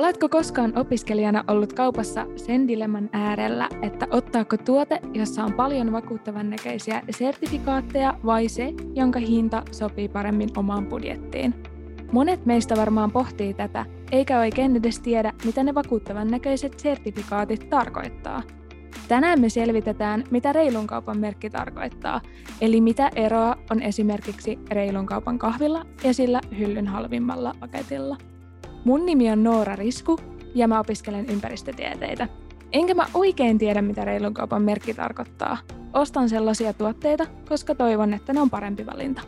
Oletko koskaan opiskelijana ollut kaupassa sen dilemman äärellä, että ottaako tuote, jossa on paljon vakuuttavan näköisiä sertifikaatteja, vai se, jonka hinta sopii paremmin omaan budjettiin? Monet meistä varmaan pohtii tätä, eikä oikein edes tiedä, mitä ne vakuuttavan näköiset sertifikaatit tarkoittaa. Tänään me selvitetään, mitä reilun kaupan merkki tarkoittaa, eli mitä eroa on esimerkiksi reilun kaupan kahvilla ja sillä hyllyn halvimmalla paketilla. Mun nimi on Noora Risku ja mä opiskelen ympäristötieteitä. Enkä mä oikein tiedä, mitä reilun kaupan merkki tarkoittaa. Ostan sellaisia tuotteita, koska toivon, että ne on parempi valinta.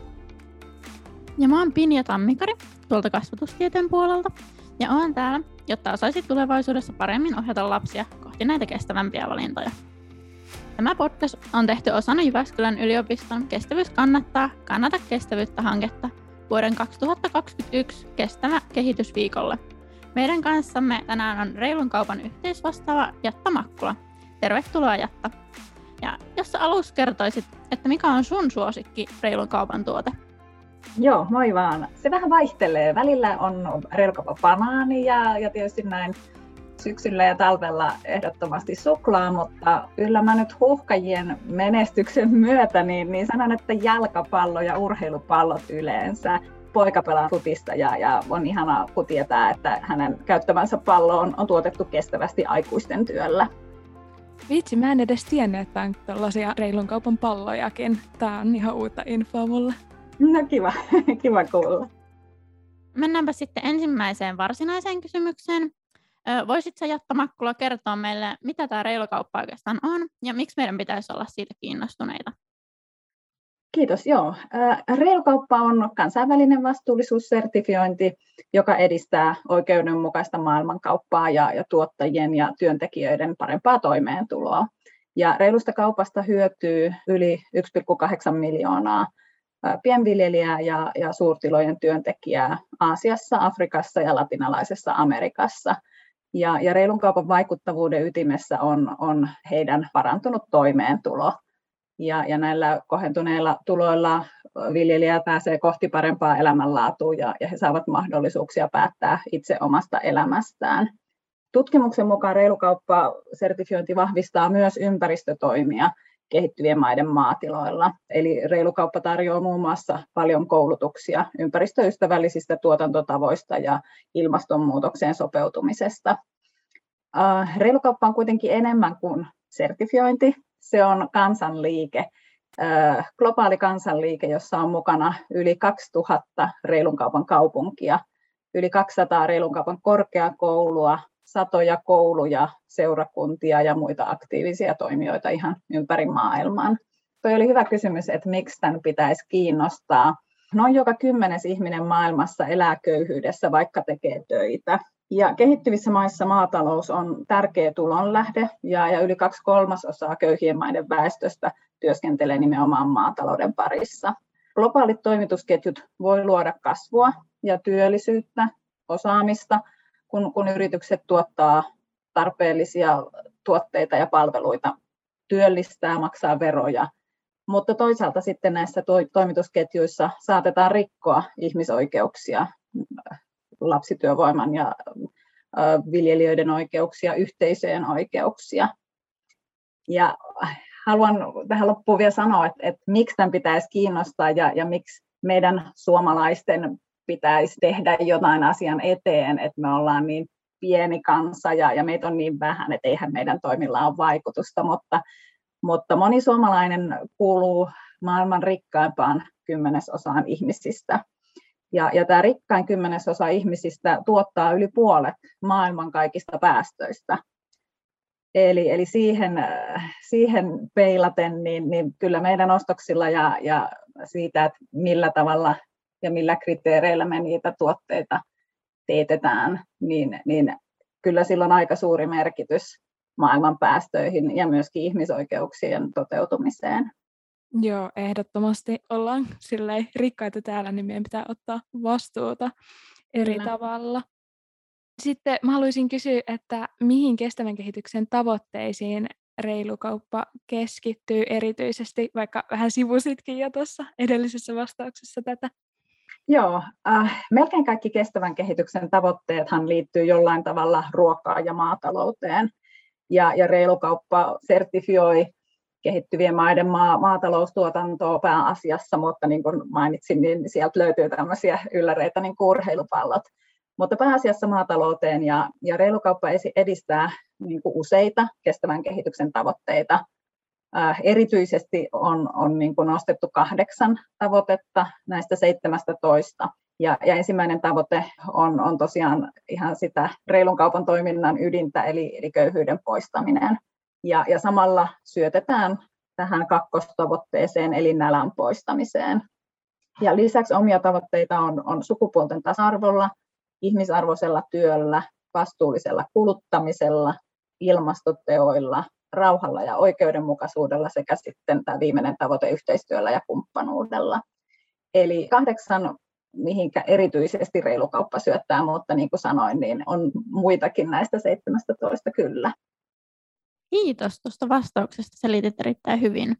Ja mä oon Pinja Tammikari tuolta kasvatustieteen puolelta. Ja oon täällä, jotta osaisit tulevaisuudessa paremmin ohjata lapsia kohti näitä kestävämpiä valintoja. Tämä podcast on tehty osana Jyväskylän yliopiston Kestävyys kannattaa, kannata kestävyyttä hanketta vuoden 2021 kestävä kehitysviikolle. Meidän kanssamme tänään on reilun kaupan yhteisvastaava Jatta Makkula. Tervetuloa Jatta. Ja jos sä aluksi kertoisit, että mikä on sun suosikki reilun kaupan tuote? Joo, moi vaan. Se vähän vaihtelee. Välillä on reilun kaupan banaani ja tietysti näin syksyllä ja talvella ehdottomasti suklaa, mutta kyllä mä nyt huuhkajien menestyksen myötä niin sanon, että jalkapallo ja urheilupallot yleensä. Poika pelaa futista ja on ihanaa, kun tietää, että hänen käyttämänsä pallo on tuotettu kestävästi aikuisten työllä. Vitsi, mä en edes tiennyt, että on tällaisia reilun kaupan pallojakin. Tää on ihan uutta infoa mulle. No kiva kuulla. Mennäänpä sitten ensimmäiseen varsinaiseen kysymykseen. Voisitko Jatta Makkula kertoa meille, mitä tämä reilu kauppa oikeastaan on ja miksi meidän pitäisi olla siitä kiinnostuneita? Kiitos, joo. Reilu kauppa on kansainvälinen vastuullisuussertifiointi, joka edistää oikeudenmukaista maailmankauppaa ja tuottajien ja työntekijöiden parempaa toimeentuloa. Ja reilusta kaupasta hyötyy yli 1,8 miljoonaa pienviljelijää ja suurtilojen työntekijää Aasiassa, Afrikassa ja latinalaisessa Amerikassa. Ja reilun kaupan vaikuttavuuden ytimessä on heidän parantunut toimeentulo. Ja näillä kohentuneilla tuloilla viljelijä pääsee kohti parempaa elämänlaatua ja he saavat mahdollisuuksia päättää itse omasta elämästään. Tutkimuksen mukaan reilu kauppa-sertifiointi vahvistaa myös ympäristötoimia kehittyvien maiden maatiloilla. Eli reilu kauppa tarjoaa muun muassa paljon koulutuksia ympäristöystävällisistä tuotantotavoista ja ilmastonmuutokseen sopeutumisesta. Reilu kauppa on kuitenkin enemmän kuin sertifiointi. Se on kansanliike, globaali kansanliike, jossa on mukana yli 2000 reilun kaupan kaupunkia, yli 200 reilun kaupan korkeakoulua, satoja kouluja, seurakuntia ja muita aktiivisia toimijoita ihan ympäri maailman. Tuo oli hyvä kysymys, että miksi tämän pitäisi kiinnostaa. Noin joka 10. ihminen maailmassa elää köyhyydessä, vaikka tekee töitä. Ja kehittyvissä maissa maatalous on tärkeä tulonlähde ja yli 2/3 köyhien maiden väestöstä työskentelee nimenomaan maatalouden parissa. Globaalit toimitusketjut voi luoda kasvua ja työllisyyttä, osaamista, kun yritykset tuottaa tarpeellisia tuotteita ja palveluita, työllistää, maksaa veroja. Mutta toisaalta sitten näissä toimitusketjuissa saatetaan rikkoa ihmisoikeuksia, lapsityövoiman ja viljelijöiden oikeuksia, yhteisöjen oikeuksia. Ja haluan tähän loppuun vielä sanoa, että miksi tämän pitäisi kiinnostaa ja miksi meidän suomalaisten pitäisi tehdä jotain asian eteen, että me ollaan niin pieni kansa ja meitä on niin vähän, että eihän meidän toimilla ole vaikutusta, mutta moni suomalainen kuuluu maailman rikkaimpaan 10% ihmisistä. Ja tämä rikkain 10% ihmisistä tuottaa yli puolet maailman kaikista päästöistä. Eli siihen peilaten, niin kyllä meidän ostoksilla ja siitä, että millä tavalla ja millä kriteereillä me niitä tuotteita teetetään, niin kyllä sillä on aika suuri merkitys maailman päästöihin ja myöskin ihmisoikeuksien toteutumiseen. Joo, ehdottomasti ollaan silleen rikkaita täällä, niin meidän pitää ottaa vastuuta eri tavalla. Sitten mä haluaisin kysyä, että mihin kestävän kehityksen tavoitteisiin reilu kauppa keskittyy erityisesti, vaikka vähän sivusitkin jo tuossa edellisessä vastauksessa tätä? Joo, melkein kaikki kestävän kehityksen tavoitteethan liittyy jollain tavalla ruokaan ja maatalouteen. Ja reilu kauppa sertifioi kehittyvien maiden maataloustuotantoa pääasiassa, mutta niin kuin mainitsin, niin sieltä löytyy tämmöisiä ylläreitä, niin kuin urheilupallot. Mutta pääasiassa maatalouteen ja reilu kauppa edistää niin kuin useita kestävän kehityksen tavoitteita. Erityisesti on niin kuin nostettu 8 tavoitetta näistä 17. Ja ensimmäinen tavoite on tosiaan ihan sitä reilun kaupan toiminnan ydintä, eli köyhyyden poistaminen. Ja samalla syötetään tähän kakkostavoitteeseen, eli nälän poistamiseen. Ja lisäksi omia tavoitteita on sukupuolten tasa-arvolla, ihmisarvoisella työllä, vastuullisella kuluttamisella, ilmastoteoilla, rauhalla ja oikeudenmukaisuudella sekä sitten tämä viimeinen tavoite yhteistyöllä ja kumppanuudella. Eli 8, mihinkä erityisesti reilu kauppa syöttää, mutta niin kuin sanoin, niin on muitakin näistä 17 kyllä. Kiitos tuosta vastauksesta, selitit erittäin hyvin.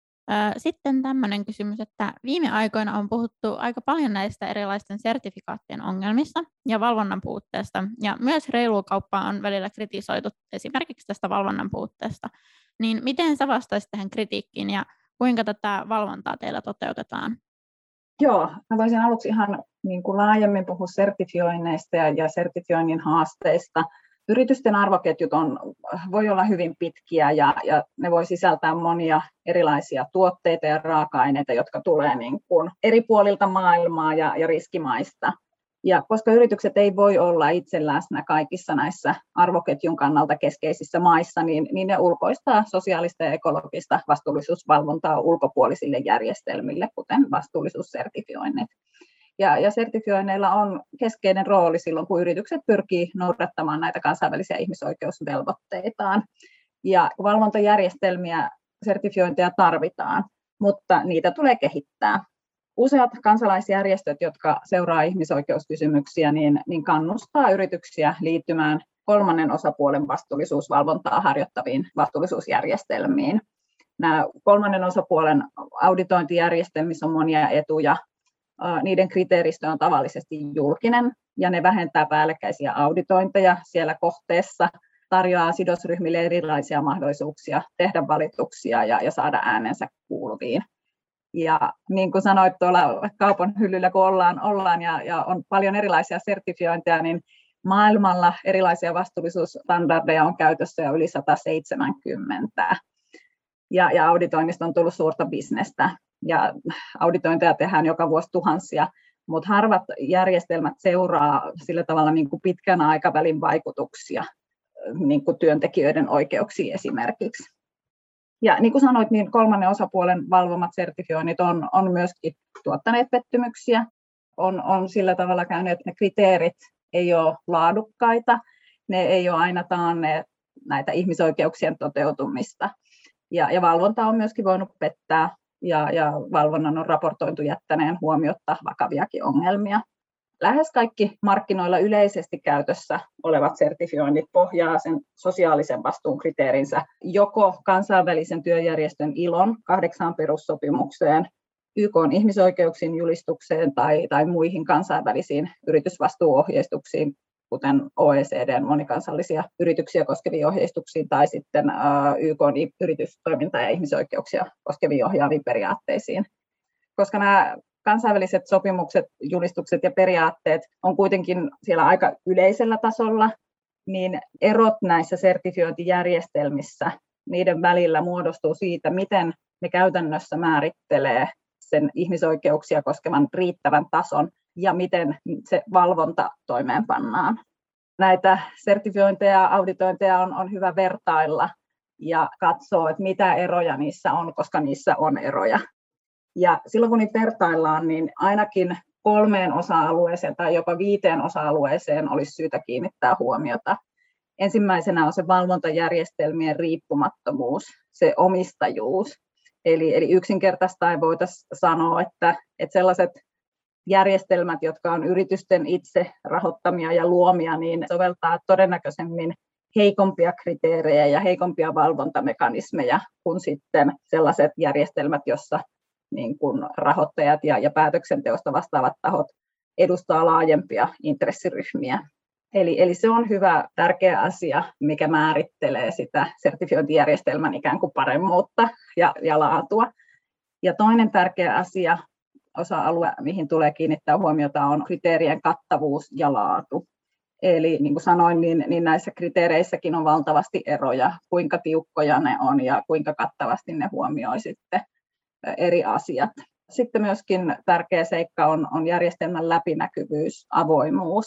Sitten tämmöinen kysymys, että viime aikoina on puhuttu aika paljon näistä erilaisten sertifikaattien ongelmista ja valvonnan puutteesta, ja myös reilua kauppaa on välillä kritisoitu esimerkiksi tästä valvonnan puutteesta. Niin miten sä vastaisit tähän kritiikkiin ja kuinka tätä valvontaa teillä toteutetaan? Joo, mä voisin aluksi ihan niin kuin laajemmin puhua sertifioinneista ja sertifioinnin haasteista. Yritysten arvoketjut voi olla hyvin pitkiä ja ne voi sisältää monia erilaisia tuotteita ja raaka-aineita, jotka tulee niin kuin eri puolilta maailmaa ja riskimaista. Ja koska yritykset ei voi olla itse läsnä kaikissa näissä arvoketjun kannalta keskeisissä maissa, niin ne ulkoistaa sosiaalista ja ekologista vastuullisuusvalvontaa ulkopuolisille järjestelmille, kuten vastuullisuussertifioinnit. Ja sertifioinneilla on keskeinen rooli silloin, kun yritykset pyrkii noudattamaan näitä kansainvälisiä ihmisoikeusvelvoitteitaan. Ja valvontajärjestelmiä, sertifiointeja tarvitaan, mutta niitä tulee kehittää. Useat kansalaisjärjestöt, jotka seuraa ihmisoikeuskysymyksiä, niin kannustaa yrityksiä liittymään kolmannen osapuolen vastuullisuusvalvontaa harjoittaviin vastuullisuusjärjestelmiin. Nämä kolmannen osapuolen auditointijärjestelmissä on monia etuja. Niiden kriteeristö on tavallisesti julkinen ja ne vähentää päällekkäisiä auditointeja siellä kohteessa, tarjoaa sidosryhmille erilaisia mahdollisuuksia tehdä valituksia ja saada äänensä kuuluviin. Ja niin kuin sanoit, tuolla kaupan hyllyllä kun ollaan ja on paljon erilaisia sertifiointeja, niin maailmalla erilaisia vastuullisuusstandardeja on käytössä jo yli 170. Ja auditoinnista on tullut suurta bisnestä. Ja auditointeja tehdään joka vuosi tuhansia, mutta harvat järjestelmät seuraa sillä tavalla niin kuin pitkän aikavälin vaikutuksia niin kuin työntekijöiden oikeuksiin esimerkiksi. Ja niin kuin sanoit, niin kolmannen osapuolen valvomat sertifioinnit on myöskin tuottaneet pettymyksiä. On sillä tavalla käynyt, että ne kriteerit ei ole laadukkaita, ne ei ole aina taanneet näitä ihmisoikeuksien toteutumista. Ja valvonta on myöskin voinut pettää. Ja valvonnan on raportoitu jättäneen huomiotta vakaviakin ongelmia. Lähes kaikki markkinoilla yleisesti käytössä olevat sertifioinnit pohjaa sen sosiaalisen vastuun kriteerinsä joko kansainvälisen työjärjestön ILOn 8 perussopimukseen, YK:n ihmisoikeuksien julistukseen tai muihin kansainvälisiin yritysvastuuohjeistuksiin, kuten OECD:n monikansallisia yrityksiä koskeviin ohjeistuksiin tai sitten YK:n yritystoimintaa ja ihmisoikeuksia koskeviin ohjaaviin periaatteisiin. Koska nämä kansainväliset sopimukset, julistukset ja periaatteet on kuitenkin siellä aika yleisellä tasolla, niin erot näissä sertifiointijärjestelmissä, niiden välillä muodostuu siitä, miten ne käytännössä määrittelee sen ihmisoikeuksia koskevan riittävän tason ja miten se valvonta toimeenpannaan. Näitä sertifiointeja ja auditointeja on hyvä vertailla ja katsoa, että mitä eroja niissä on, koska niissä on eroja. Ja silloin kun niitä vertaillaan, niin ainakin 3 osa-alueeseen tai jopa 5 osa-alueeseen olisi syytä kiinnittää huomiota. Ensimmäisenä on se valvontajärjestelmien riippumattomuus, se omistajuus. Eli yksinkertaistaan voitaisiin sanoa, että sellaiset järjestelmät, jotka on yritysten itse rahoittamia ja luomia, niin soveltaa todennäköisemmin heikompia kriteerejä ja heikompia valvontamekanismeja kuin sitten sellaiset järjestelmät, jossa niin kuin rahoittajat ja päätöksenteosta vastaavat tahot edustaa laajempia intressiryhmiä. Eli se on hyvä, tärkeä asia, mikä määrittelee sitä sertifiointijärjestelmän ikään kuin paremmuutta ja laatua. Ja toinen tärkeä asia, osa-alue, mihin tulee kiinnittää huomiota, on kriteerien kattavuus ja laatu. Eli niin kuin sanoin, niin näissä kriteereissäkin on valtavasti eroja, kuinka tiukkoja ne on ja kuinka kattavasti ne huomioi sitten eri asiat. Sitten myöskin tärkeä seikka on järjestelmän läpinäkyvyys, avoimuus.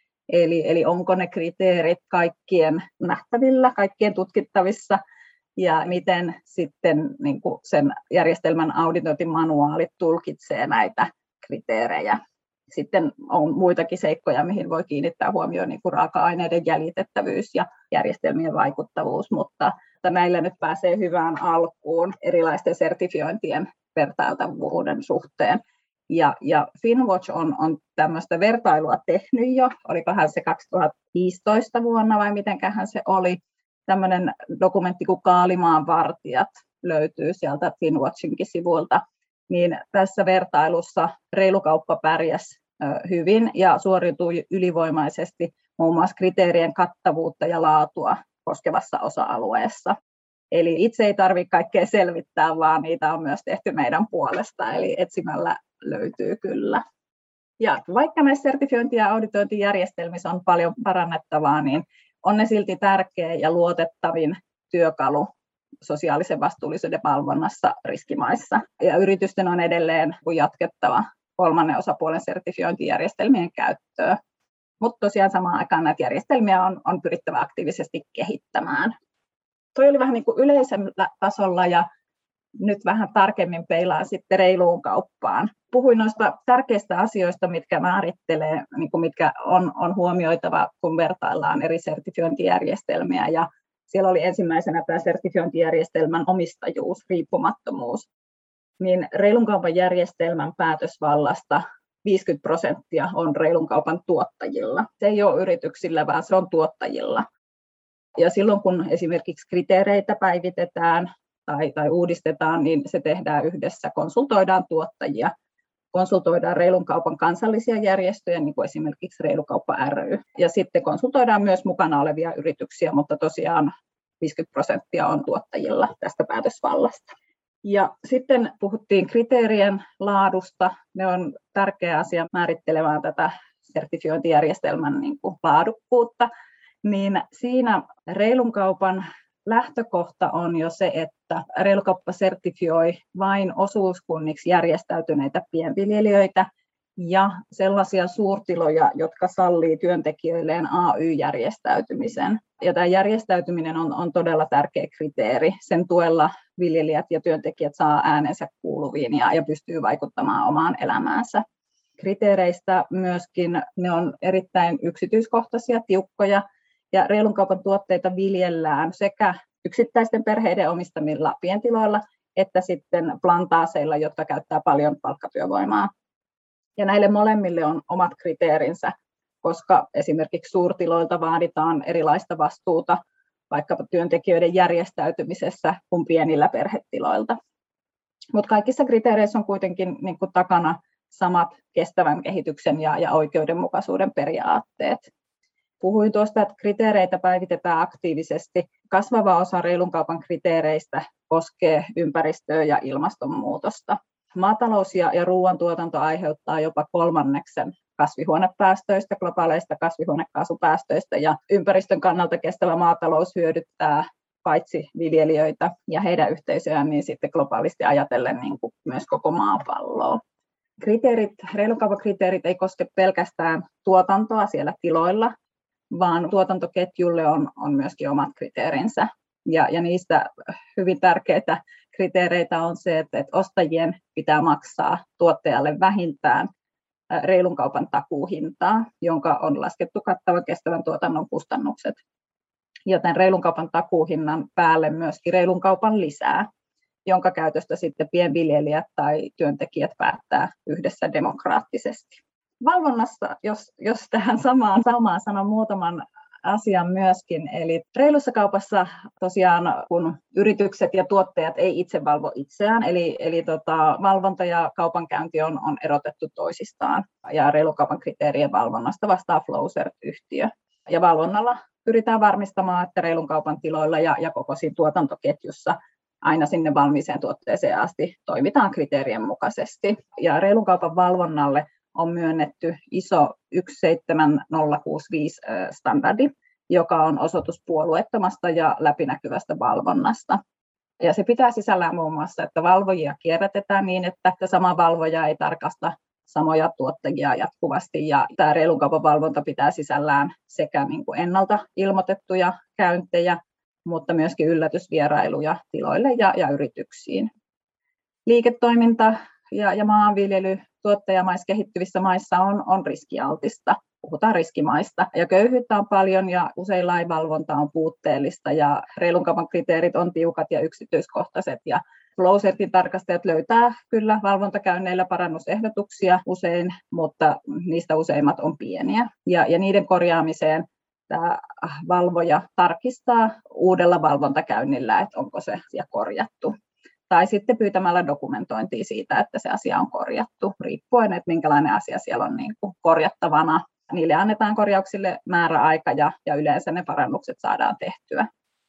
Eli onko ne kriteerit kaikkien nähtävillä, kaikkien tutkittavissa, ja miten sitten niin kuin sen järjestelmän auditointimanuaalit tulkitsee näitä kriteerejä. Sitten on muitakin seikkoja, mihin voi kiinnittää huomioon, niin kuin raaka-aineiden jäljitettävyys ja järjestelmien vaikuttavuus, mutta näillä nyt pääsee hyvään alkuun erilaisten sertifiointien vertailtavuuden suhteen. Ja Finnwatch on tämmöistä vertailua tehnyt jo, olikohan se 2015 vuonna vai mitenkähän se oli. Tämmöinen dokumentti kuin Kaalimaan vartijat löytyy sieltä Finnwatchinkin sivuilta. Niin tässä vertailussa reilu kauppa pärjäsi hyvin ja suoriutui ylivoimaisesti muun muassa kriteerien kattavuutta ja laatua koskevassa osa-alueessa. Eli itse ei tarvitse kaikkea selvittää, vaan niitä on myös tehty meidän puolesta, eli etsimällä löytyy kyllä. Ja vaikka näissä sertifiointi- ja auditointijärjestelmissä on paljon parannettavaa, niin on ne silti tärkeä ja luotettavin työkalu sosiaalisen vastuullisuuden valvonnassa riskimaissa. Ja yritysten on edelleen jatkettava kolmannen osapuolen sertifiointijärjestelmien käyttöä. Mutta tosiaan samaan aikaan näitä järjestelmiä on pyrittävä aktiivisesti kehittämään. Toi oli vähän niin kuin yleisellä tasolla ja nyt vähän tarkemmin peilaan sitten reiluun kauppaan. Puhuin noista tärkeistä asioista, mitkä määrittelee, niin kuin mitkä on huomioitava, kun vertaillaan eri sertifiointijärjestelmiä. Ja siellä oli ensimmäisenä tämä sertifiointijärjestelmän omistajuus, riippumattomuus. Niin reilun kaupan järjestelmän päätösvallasta 50% on reilun kaupan tuottajilla. Se ei ole yrityksillä, vaan se on tuottajilla. Ja silloin, kun esimerkiksi kriteereitä päivitetään tai uudistetaan, niin se tehdään yhdessä. Konsultoidaan tuottajia, konsultoidaan reilun kaupan kansallisia järjestöjä, niin kuin esimerkiksi Reilu Kauppa ry. Ja sitten konsultoidaan myös mukana olevia yrityksiä, mutta tosiaan 50% on tuottajilla tästä päätösvallasta. Ja sitten puhuttiin kriteerien laadusta. Ne on tärkeä asia määrittelemään tätä sertifiointijärjestelmän niin kuin laadukkuutta. Niin siinä reilun kaupan lähtökohta on jo se, että reilu kauppa sertifioi vain osuuskunniksi järjestäytyneitä pienviljelijöitä ja sellaisia suurtiloja, jotka sallii työntekijöilleen AY-järjestäytymisen. Ja tämä järjestäytyminen on todella tärkeä kriteeri. Sen tuella viljelijät ja työntekijät saa äänensä kuuluviin ja pystyy vaikuttamaan omaan elämäänsä. Kriteereistä myöskin ne on erittäin yksityiskohtaisia, tiukkoja. Ja reilun kaupan tuotteita viljellään sekä yksittäisten perheiden omistamilla pientiloilla että sitten plantaaseilla, jotka käyttää paljon palkkatyövoimaa. Ja näille molemmille on omat kriteerinsä, koska esimerkiksi suurtiloilta vaaditaan erilaista vastuuta vaikkapa työntekijöiden järjestäytymisessä kuin pienillä perhetiloilta. Mutta kaikissa kriteereissä on kuitenkin niin kuin takana samat kestävän kehityksen ja oikeudenmukaisuuden periaatteet. Puhuin tuosta, että kriteereitä päivitetään aktiivisesti. Kasvava osa reilun kaupan kriteereistä koskee ympäristöä ja ilmastonmuutosta. Maatalous ja ruoantuotanto aiheuttaa jopa 1/3 kasvihuonepäästöistä, globaaleista kasvihuonekaasupäästöistä, ja ympäristön kannalta kestävä maatalous hyödyttää paitsi viljelijöitä ja heidän yhteisöään, niin sitten globaalisti ajatellen niin kuin myös koko maapalloa. Reilun kaupan kriteerit ei koske pelkästään tuotantoa siellä tiloilla, vaan tuotantoketjulle on myöskin omat kriteerinsä. Ja niistä hyvin tärkeitä kriteereitä on se, että ostajien pitää maksaa tuottajalle vähintään reilun kaupan takuuhintaa, jonka on laskettu kattavan kestävän tuotannon kustannukset. Ja tämän reilun kaupan takuuhinnan päälle myöskin reilun kaupan lisää, jonka käytöstä sitten pienviljelijät tai työntekijät päättää yhdessä demokraattisesti. Valvonnassa, jos tähän samaan sanon muutaman asian myöskin. Eli reilussa kaupassa tosiaan, kun yritykset ja tuottajat ei itse valvo itseään, eli valvonta ja kaupankäynti on erotettu toisistaan. Ja reilun kaupan kriteerien valvonnasta vastaa Flowcert-yhtiö. Ja valvonnalla pyritään varmistamaan, että reilun kaupan tiloilla ja koko siinä tuotantoketjussa aina sinne valmiiseen tuotteeseen asti toimitaan kriteerien mukaisesti. Ja reilun kaupan valvonnalle on myönnetty ISO 17065 standardi, joka on osoitus puolueettomasta ja läpinäkyvästä valvonnasta. Ja se pitää sisällään muun muassa, että valvojia kierrätetään niin, että sama valvoja ei tarkasta samoja tuottajia jatkuvasti. Ja tämä reilun kaupan valvonta pitää sisällään sekä niin kuin ennalta ilmoitettuja käyntejä, mutta myöskin yllätysvierailuja tiloille ja yrityksiin. Liiketoiminta ja maanviljely tuottajamaissa kehittyvissä maissa on riskialtista. Puhutaan riskimaista. Ja köyhyyttä on paljon ja usein lainvalvonta on puutteellista ja reilun kaupan kriteerit on tiukat ja yksityiskohtaiset. Ja Flowcertin tarkastajat löytää kyllä valvontakäynneillä parannusehdotuksia usein, mutta niistä useimmat on pieniä. Ja niiden korjaamiseen tämä valvoja tarkistaa uudella valvontakäynnillä, että onko se asia korjattu. Tai sitten pyytämällä dokumentointia siitä, että se asia on korjattu, riippuen, että minkälainen asia siellä on niin kuin korjattavana. Niille annetaan korjauksille määräaika ja yleensä ne parannukset saadaan tehtyä.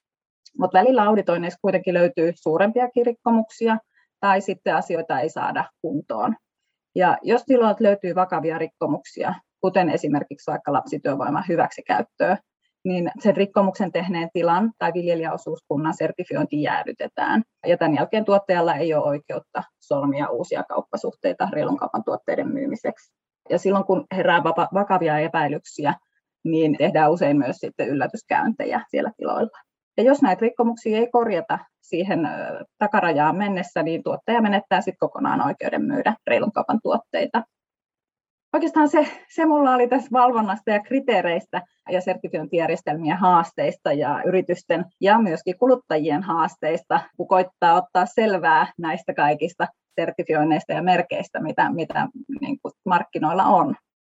Mutta välillä auditoinneissa kuitenkin löytyy suurempiakin rikkomuksia tai sitten asioita ei saada kuntoon. Ja jos tiloilta löytyy vakavia rikkomuksia, kuten esimerkiksi vaikka lapsityövoiman hyväksikäyttöä, niin sen rikkomuksen tehneen tilan tai viljelijäosuuskunnan sertifiointi jäädytetään. Ja tämän jälkeen tuottajalla ei ole oikeutta solmia uusia kauppasuhteita reilun kaupan tuotteiden myymiseksi. Ja silloin kun herää vakavia epäilyksiä, niin tehdään usein myös sitten yllätyskäyntejä siellä tiloilla. Ja jos näitä rikkomuksia ei korjata siihen takarajaan mennessä, niin tuottaja menettää sitten kokonaan oikeuden myydä reilun kaupan tuotteita. Oikeastaan se mulla oli tässä valvonnasta ja kriteereistä ja sertifiointijärjestelmien haasteista ja yritysten ja myöskin kuluttajien haasteista, kun koittaa ottaa selvää näistä kaikista sertifioinneista ja merkeistä, mitä niin kuin markkinoilla on.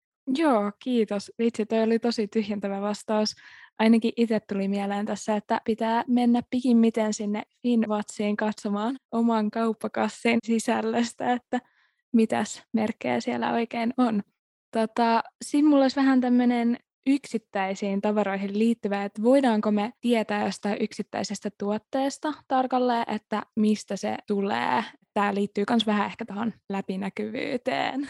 Joo, kiitos. Vitsi, toi oli tosi tyhjentävä vastaus. Ainakin itse tuli mieleen tässä, että pitää mennä pikimmiten sinne Finnwatsiin katsomaan oman kauppakassin sisällöstä, että mitäs merkkejä siellä oikein on. Sitten mulla olisi vähän tämmöinen yksittäisiin tavaroihin liittyvä, että voidaanko me tietää jostain yksittäisestä tuotteesta tarkalleen, että mistä se tulee. Tämä liittyy myös vähän ehkä tuohon läpinäkyvyyteen.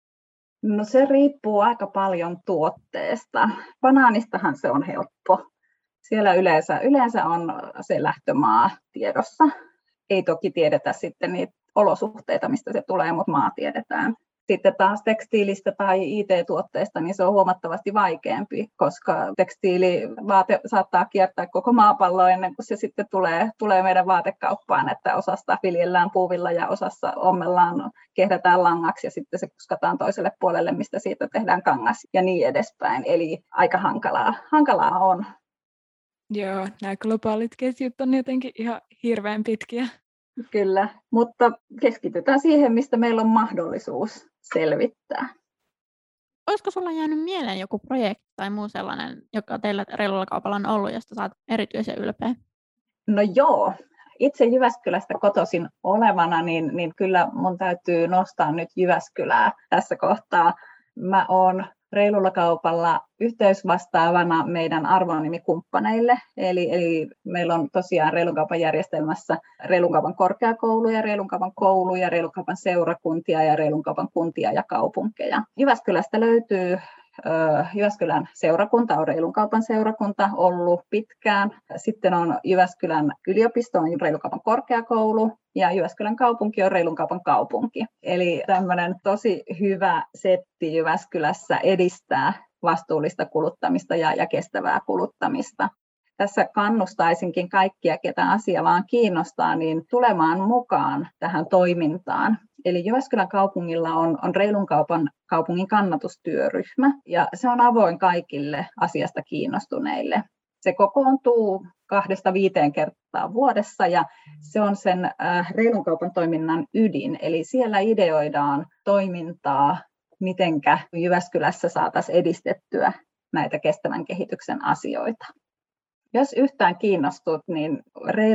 No se riippuu aika paljon tuotteesta. Banaanistahan se on helppo. Siellä yleensä on se lähtömaa tiedossa. Ei toki tiedetä sitten niitä olosuhteita, mistä se tulee, mutta maa tiedetään. Sitten taas tekstiilistä tai IT-tuotteista, niin se on huomattavasti vaikeampi, koska tekstiilivaate saattaa kiertää koko maapalloa ennen kuin se sitten tulee meidän vaatekauppaan, että osasta viljellään puuvilla ja osassa ommellaan, kehrätään langaksi ja sitten se kuskataan toiselle puolelle, mistä siitä tehdään kangas ja niin edespäin. Eli aika hankalaa on. Joo, nämä globaalit ketjut on jotenkin ihan hirveän pitkiä. Kyllä, mutta keskitytään siihen, mistä meillä on mahdollisuus selvittää. Olisiko sulla jäänyt mieleen joku projekti tai muu sellainen, joka teillä reilulla kaupalla on ollut, josta saat erityisen ylpeä? No joo, itse Jyväskylästä kotoisin olevana, niin kyllä mun täytyy nostaa nyt Jyväskylää tässä kohtaa. Mä oon reilulla kaupalla yhteysvastaavana meidän arvonimikumppaneille. Eli meillä on tosiaan reilun kaupan järjestelmässä reilun kaupan korkeakouluja, reilun kaupan kouluja, reilun kaupan seurakuntia ja reilun kaupan kuntia ja kaupunkeja. Jyväskylästä löytyy Jyväskylän seurakunta, on reilun kaupan seurakunta ollut pitkään. Sitten on Jyväskylän yliopisto, on reilun kaupan korkeakoulu ja Jyväskylän kaupunki on reilun kaupan kaupunki. Eli tämmöinen tosi hyvä setti Jyväskylässä edistää vastuullista kuluttamista ja kestävää kuluttamista. Tässä kannustaisinkin kaikkia, ketä asia vaan kiinnostaa, niin tulemaan mukaan tähän toimintaan. Eli Jyväskylän kaupungilla on reilun kaupan kaupungin kannatustyöryhmä, ja se on avoin kaikille asiasta kiinnostuneille. Se kokoontuu 2-5 kertaa vuodessa, ja se on sen reilun kaupan toiminnan ydin. Eli siellä ideoidaan toimintaa, mitenkä Jyväskylässä saataisiin edistettyä näitä kestävän kehityksen asioita. Jos yhtään kiinnostut, niin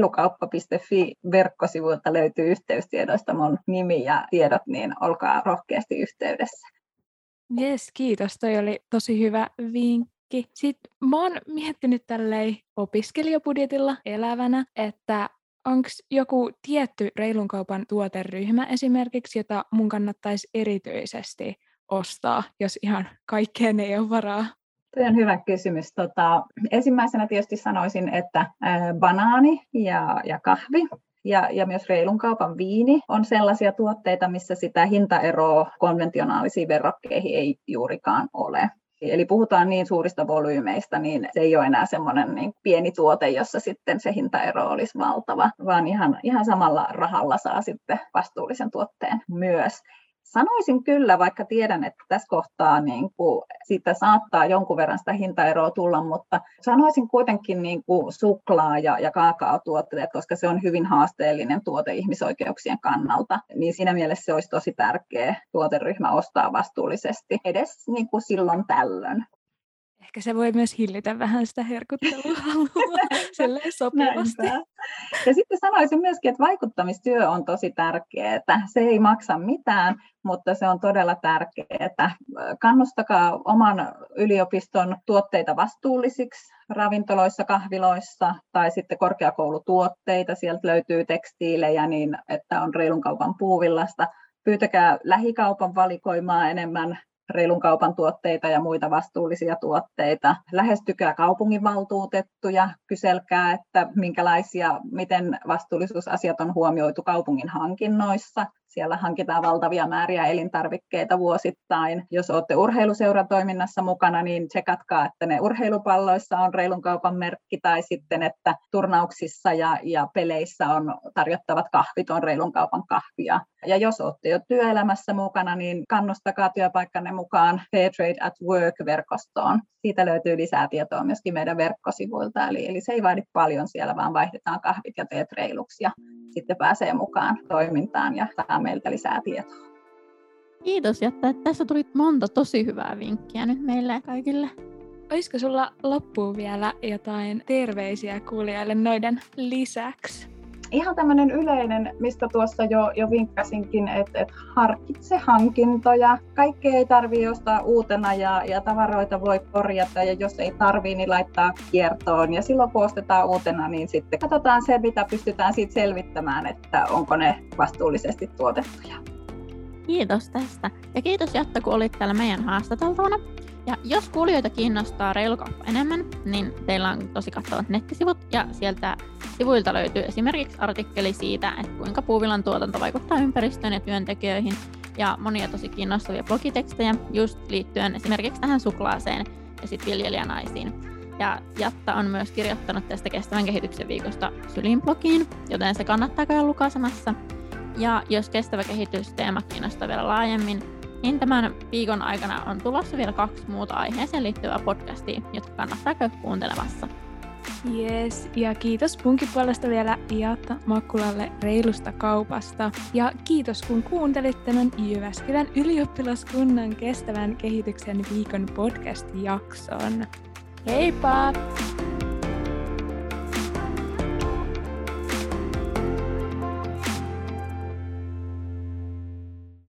reilukauppa.fi-verkkosivuilta löytyy yhteystiedoista mun nimi ja tiedot, niin olkaa rohkeasti yhteydessä. Jes, kiitos. Toi oli tosi hyvä vinkki. Sitten mä oon miettinyt tälleen opiskelijabudjetilla elävänä, että onko joku tietty reilun kaupan tuoteryhmä esimerkiksi, jota mun kannattaisi erityisesti ostaa, jos ihan kaikkeen ei ole varaa? Tuo on hyvä kysymys. Ensimmäisenä tietysti sanoisin, että banaani ja kahvi ja myös reilun kaupan viini on sellaisia tuotteita, missä sitä hintaeroa konventionaalisiin verrokkeihin ei juurikaan ole. Eli puhutaan niin suurista volyymeista, niin se ei ole enää semmoinen niin pieni tuote, jossa sitten se hintaero olisi valtava, vaan ihan samalla rahalla saa sitten vastuullisen tuotteen myös. Sanoisin kyllä, vaikka tiedän, että tässä kohtaa niin kuin siitä saattaa jonkun verran sitä hintaeroa tulla, mutta sanoisin kuitenkin niin kuin suklaa ja kaakaotuotteet, koska se on hyvin haasteellinen tuote ihmisoikeuksien kannalta, niin siinä mielessä se olisi tosi tärkeä tuoteryhmä ostaa vastuullisesti edes niin kuin silloin tällöin. Ehkä se voi myös hillitä vähän sitä herkutteluhalua sopivasti. Ja sitten sanoisin myöskin, että vaikuttamistyö on tosi tärkeää. Se ei maksa mitään, mutta se on todella tärkeää. Kannustakaa oman yliopiston tuotteita vastuullisiksi ravintoloissa, kahviloissa tai sitten korkeakoulutuotteita. Sieltä löytyy tekstiilejä niin, että on reilun kaupan puuvillasta. Pyytäkää lähikaupan valikoimaa enemmän reilun kaupan tuotteita ja muita vastuullisia tuotteita. Lähestykää kaupunginvaltuutettuja, kyselkää, että miten vastuullisuusasiat on huomioitu kaupungin hankinnoissa. Siellä hankitaan valtavia määriä elintarvikkeita vuosittain. Jos olette urheiluseuratoiminnassa mukana, niin tsekatkaa, että ne urheilupalloissa on reilun kaupan merkki tai sitten, että turnauksissa ja peleissä on tarjottavat kahvit on reilun kaupan kahvia. Ja jos olette jo työelämässä mukana, niin kannustakaa työpaikkanne mukaan Fairtrade at Work-verkostoon. Siitä löytyy lisää tietoa myöskin meidän verkkosivuilta. Eli se ei vaadi paljon siellä, vaan vaihdetaan kahvit ja teet reiluksi ja sitten pääsee mukaan toimintaan ja saa meiltä lisää tietoa. Kiitos, Jatta. Tässä tuli monta tosi hyvää vinkkiä nyt meille kaikille. Olisiko sulla loppuun vielä jotain terveisiä kuulijoille noiden lisäksi? Ihan tämmöinen yleinen, mistä tuossa jo vinkkasinkin, että harkitse hankintoja. Kaikkea ei tarvitse ostaa uutena ja tavaroita voi korjata ja jos ei tarvitse, niin laittaa kiertoon. Ja silloin kun ostetaan uutena, niin sitten katsotaan se, mitä pystytään siitä selvittämään, että onko ne vastuullisesti tuotettuja. Kiitos tästä. Ja kiitos Jatta, kun olit täällä meidän haastateltavana. Ja jos kuulijoita kiinnostaa reilu kauppa enemmän, niin teillä on tosi kattavat nettisivut ja sieltä sivuilta löytyy esimerkiksi artikkeli siitä, että kuinka puuvillan tuotanto vaikuttaa ympäristöön ja työntekijöihin ja monia tosi kiinnostavia blogitekstejä just liittyen esimerkiksi tähän suklaaseen ja sitten viljelijänaisiin. Ja Jatta on myös kirjoittanut tästä kestävän kehityksen viikosta Sylin blogiin, joten se kannattaa käydä lukaisemassa. Ja jos kestävä kehitysteema kiinnostaa vielä laajemmin, niin tämän viikon aikana on tulossa vielä 2 muuta aiheeseen liittyvää podcastia, jotka kannattaa käydä kuuntelemassa. Yes, ja kiitos munkin puolesta vielä Jatta Makkulalle reilusta kaupasta. Ja kiitos kun kuuntelit tämän Jyväskylän ylioppilaskunnan kestävän kehityksen viikon podcast-jakson. Heippa!